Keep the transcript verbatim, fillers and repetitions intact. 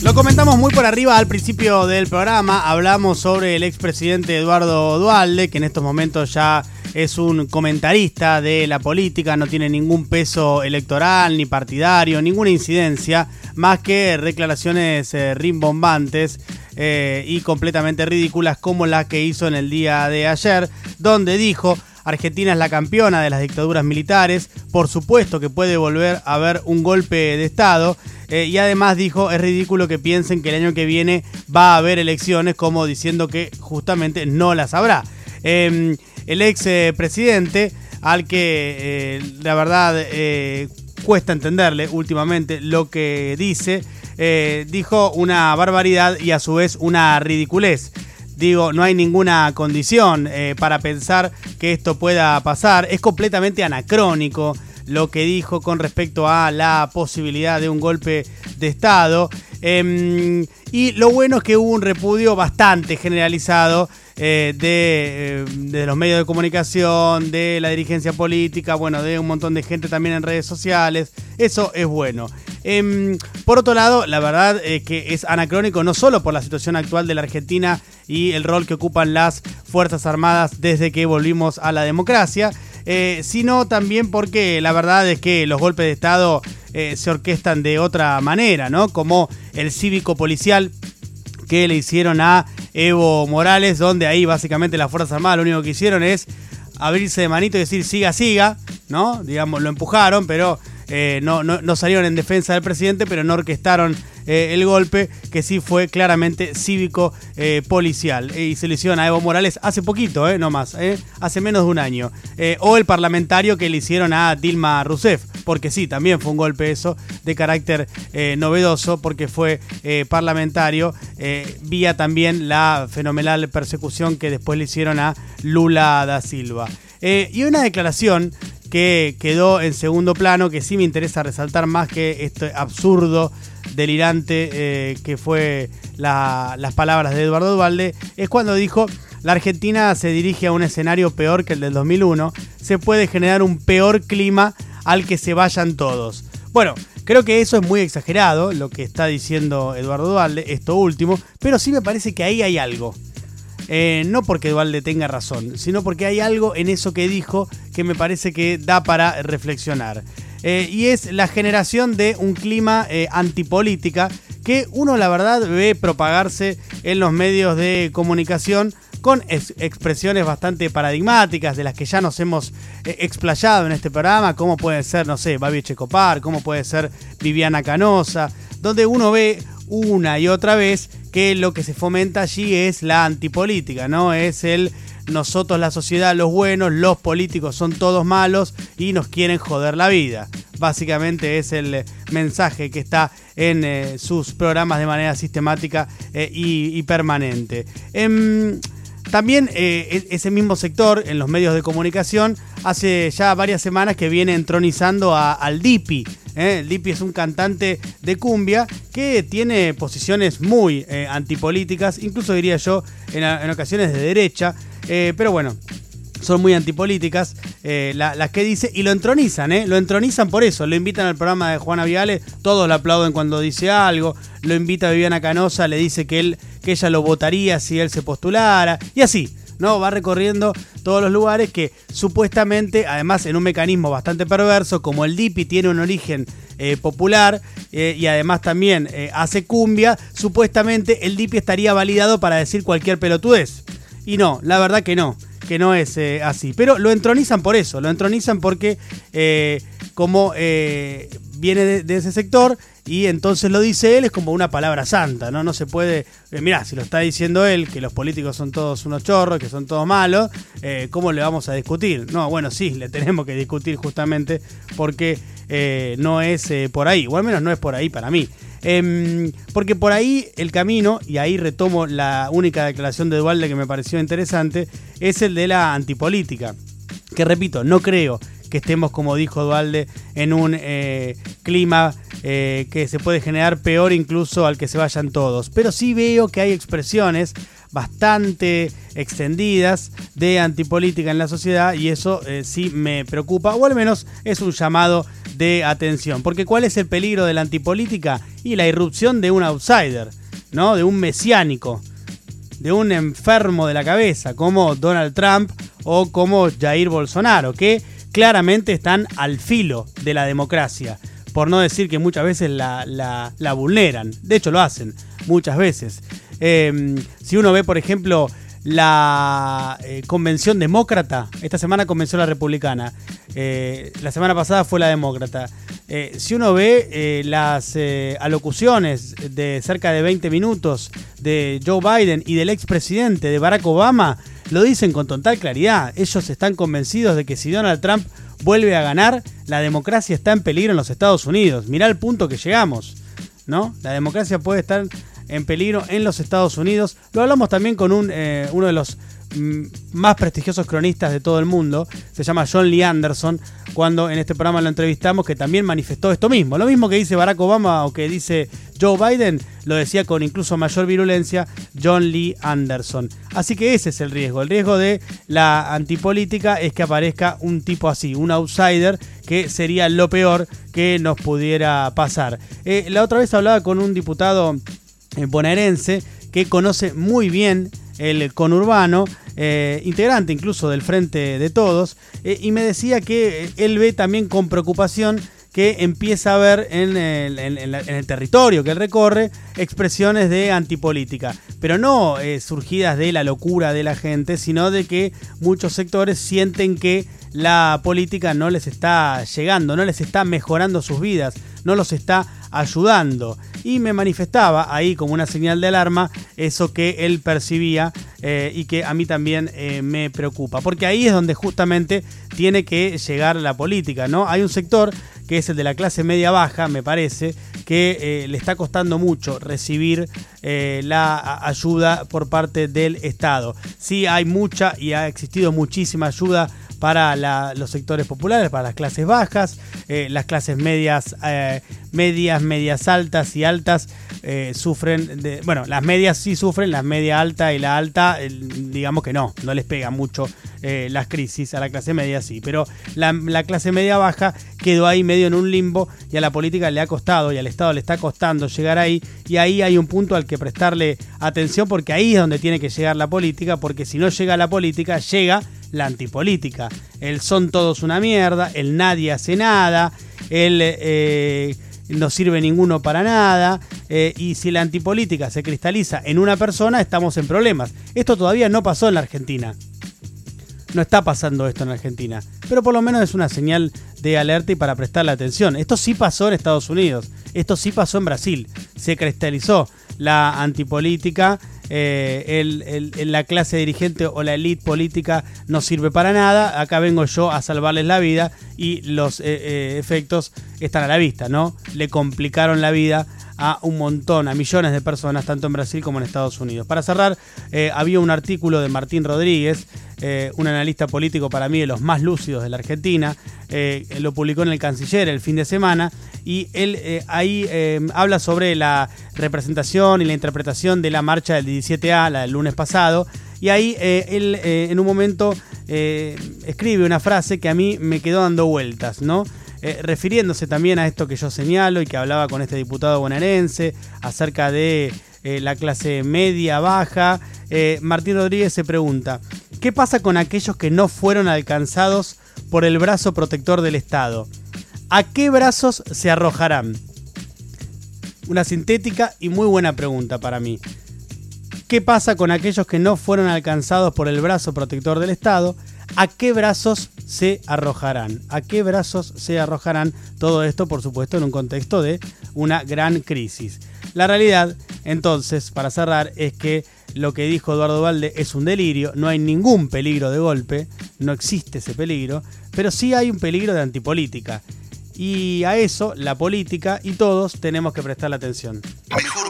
Lo comentamos muy por arriba al principio del programa. Hablamos sobre el expresidente Eduardo Duhalde, que en estos momentos ya es un comentarista de la política, no tiene ningún peso electoral ni partidario, ninguna incidencia, más que declaraciones eh, rimbombantes eh, y completamente ridículas como la que hizo en el día de ayer, donde dijo: Argentina es la campeona de las dictaduras militares, por supuesto que puede volver a haber un golpe de Estado, eh, y además dijo: es ridículo que piensen que el año que viene va a haber elecciones, como diciendo que justamente no las habrá. Eh, el ex eh, presidente, al que eh, la verdad eh, cuesta entenderle últimamente lo que dice, eh, dijo una barbaridad y a su vez una ridiculez. Digo, no hay ninguna condición eh, para pensar que esto pueda pasar. Es completamente anacrónico lo que dijo con respecto a la posibilidad de un golpe de Estado. Eh, y lo bueno es que hubo un repudio bastante generalizado eh, de, eh, de los medios de comunicación, de la dirigencia política, bueno, de un montón de gente también en redes sociales. Eso es bueno. Eh, por otro lado, la verdad es que es anacrónico no solo por la situación actual de la Argentina y el rol que ocupan las Fuerzas Armadas desde que volvimos a la democracia, eh, sino también porque la verdad es que los golpes de Estado eh, se orquestan de otra manera, ¿no? Como el cívico policial que le hicieron a Evo Morales, donde ahí básicamente las Fuerzas Armadas lo único que hicieron es abrirse de manito y decir siga, siga, ¿no? Digamos, lo empujaron, pero eh, no, no, no salieron en defensa del presidente, pero no orquestaron eh, el golpe, que sí fue claramente cívico eh, policial. Eh, y se le hicieron a Evo Morales hace poquito, eh, no más, eh, hace menos de un año. Eh, o el parlamentario que le hicieron a Dilma Rousseff, porque sí, también fue un golpe eso de carácter eh, novedoso, porque fue eh, parlamentario, eh, vía también la fenomenal persecución que después le hicieron a Lula da Silva. Eh, y una declaración que quedó en segundo plano, que sí me interesa resaltar más que este absurdo, delirante eh, que fue la, las palabras de Eduardo Duhalde, es cuando dijo: la Argentina se dirige a un escenario peor que el del dos mil uno, se puede generar un peor clima al que se vayan todos. Bueno, creo que eso es muy exagerado, lo que está diciendo Eduardo Duhalde, esto último, pero sí me parece que ahí hay algo. Eh, no porque Duhalde tenga razón, sino porque hay algo en eso que dijo que me parece que da para reflexionar. Eh, y es la generación de un clima eh, antipolítica que uno, la verdad, ve propagarse en los medios de comunicación con ex expresiones bastante paradigmáticas, de las que ya nos hemos eh, explayado en este programa, como puede ser, no sé, Babi Echecopar, como puede ser Viviana Canosa, donde uno ve una y otra vez que lo que se fomenta allí es la antipolítica, ¿no? Es el nosotros, la sociedad, los buenos, los políticos son todos malos y nos quieren joder la vida. Básicamente es el mensaje que está en eh, sus programas de manera sistemática eh, y, y permanente. Eh, También eh, ese mismo sector en los medios de comunicación hace ya varias semanas que viene entronizando a, al Dipi. ¿eh? El Dipi es un cantante de cumbia que tiene posiciones muy eh, antipolíticas, incluso diría yo en, en ocasiones de derecha, eh, pero bueno, son muy antipolíticas eh, la, las que dice, y lo entronizan, ¿eh? Lo entronizan por eso, lo invitan al programa de Juana Viale, todos le aplauden cuando dice algo, lo invita a Viviana Canosa, le dice que él que ella lo votaría si él se postulara, y así, ¿no? Va recorriendo todos los lugares que supuestamente, además en un mecanismo bastante perverso, como el Dipi tiene un origen eh, popular eh, y además también eh, hace cumbia, supuestamente el Dipi estaría validado para decir cualquier pelotudez. Y no, la verdad que no, que no es eh, así. Pero lo entronizan por eso, lo entronizan porque eh, como eh, viene de, de ese sector y entonces lo dice él, es como una palabra santa, ¿no? No se puede... Eh, mirá, si lo está diciendo él, que los políticos son todos unos chorros, que son todos malos, eh, ¿cómo le vamos a discutir? No, bueno, sí, le tenemos que discutir justamente porque eh, no es eh, por ahí, o al menos no es por ahí para mí. Eh, porque por ahí el camino, y ahí retomo la única declaración de Duhalde que me pareció interesante, es el de la antipolítica. Que repito, no creo que estemos, como dijo Duhalde, en un eh, clima eh, que se puede generar peor incluso al que se vayan todos. Pero sí veo que hay expresiones bastante extendidas de antipolítica en la sociedad y eso eh, sí me preocupa, o al menos es un llamado de atención. Porque ¿cuál es el peligro de la antipolítica? Y la irrupción de un outsider, ¿no? De un mesiánico, de un enfermo de la cabeza, como Donald Trump o como Jair Bolsonaro, que claramente están al filo de la democracia, por no decir que muchas veces la, la, la vulneran. De hecho lo hacen muchas veces. Eh, si uno ve, por ejemplo, la eh, convención demócrata, esta semana comenzó la republicana, eh, la semana pasada fue la demócrata. Eh, si uno ve eh, las eh, alocuciones de cerca de veinte minutos de Joe Biden y del expresidente de Barack Obama, lo dicen con total claridad. Ellos están convencidos de que si Donald Trump vuelve a ganar, la democracia está en peligro en los Estados Unidos. Mirá el punto que llegamos, ¿no? La democracia puede estar en peligro en los Estados Unidos. Lo hablamos también con un, eh, uno de los mm, más prestigiosos cronistas de todo el mundo. Se llama John Lee Anderson. Cuando en este programa lo entrevistamos, que también manifestó esto mismo. Lo mismo que dice Barack Obama o que dice Joe Biden, lo decía con incluso mayor virulencia John Lee Anderson. Así que ese es el riesgo. El riesgo de la antipolítica es que aparezca un tipo así, un outsider, que sería lo peor que nos pudiera pasar. Eh, la otra vez hablaba con un diputado eh, bonaerense que conoce muy bien el conurbano, eh, integrante incluso del Frente de Todos, eh, y me decía que él ve también con preocupación que empieza a ver en el, en, en, en el territorio que él recorre expresiones de antipolítica, pero no eh, surgidas de la locura de la gente, sino de que muchos sectores sienten que la política no les está llegando, no les está mejorando sus vidas, no los está ayudando. Y me manifestaba ahí como una señal de alarma eso que él percibía eh, y que a mí también eh, me preocupa, porque ahí es donde justamente tiene que llegar la política, ¿no? Hay un sector que es el de la clase media baja, me parece, que eh, le está costando mucho recibir eh, la ayuda por parte del Estado. Sí hay mucha y ha existido muchísima ayuda para la, los sectores populares, para las clases bajas, eh, las clases medias, eh, medias, medias altas y altas eh, sufren, de, bueno, las medias sí sufren, las media alta y la alta, eh, digamos que no, no les pega mucho eh, las crisis, a la clase media sí, pero la, la clase media baja quedó ahí medio en un limbo y a la política le ha costado y al Estado le está costando llegar ahí, y ahí hay un punto al que prestarle atención, porque ahí es donde tiene que llegar la política, porque si no llega la política, llega la antipolítica. El son todos una mierda, el nadie hace nada, el eh, no sirve ninguno para nada, eh, y si la antipolítica se cristaliza en una persona, estamos en problemas. Esto todavía no pasó en la Argentina. No está pasando esto en Argentina, pero por lo menos es una señal de alerta y para prestarle atención. Esto sí pasó en Estados Unidos, esto sí pasó en Brasil, se cristalizó la antipolítica, eh, el, el, el, la clase dirigente o la élite política no sirve para nada, acá vengo yo a salvarles la vida, y los eh, eh, efectos están a la vista, ¿no? Le complicaron la vida a un montón, a millones de personas, tanto en Brasil como en Estados Unidos. Para cerrar, eh, había un artículo de Martín Rodríguez, eh, un analista político para mí de los más lúcidos de la Argentina, eh, lo publicó en El Canciller el fin de semana, y él eh, ahí eh, habla sobre la representación y la interpretación de la marcha del diecisiete A, la del lunes pasado, y ahí eh, él eh, en un momento eh, escribe una frase que a mí me quedó dando vueltas, ¿no? Eh, refiriéndose también a esto que yo señalo y que hablaba con este diputado bonaerense acerca de eh, la clase media, baja, eh, Martín Rodríguez se pregunta: ¿qué pasa con aquellos que no fueron alcanzados por el brazo protector del Estado? ¿A qué brazos se arrojarán? Una sintética y muy buena pregunta para mí. ¿Qué pasa con aquellos que no fueron alcanzados por el brazo protector del Estado? ¿A qué brazos se arrojarán? ¿A qué brazos se arrojarán? Todo esto, por supuesto, en un contexto de una gran crisis. La realidad, entonces, para cerrar, es que lo que dijo Eduardo Duhalde es un delirio. No hay ningún peligro de golpe, no existe ese peligro, pero sí hay un peligro de antipolítica. Y a eso, la política y todos tenemos que prestarle atención. Mejor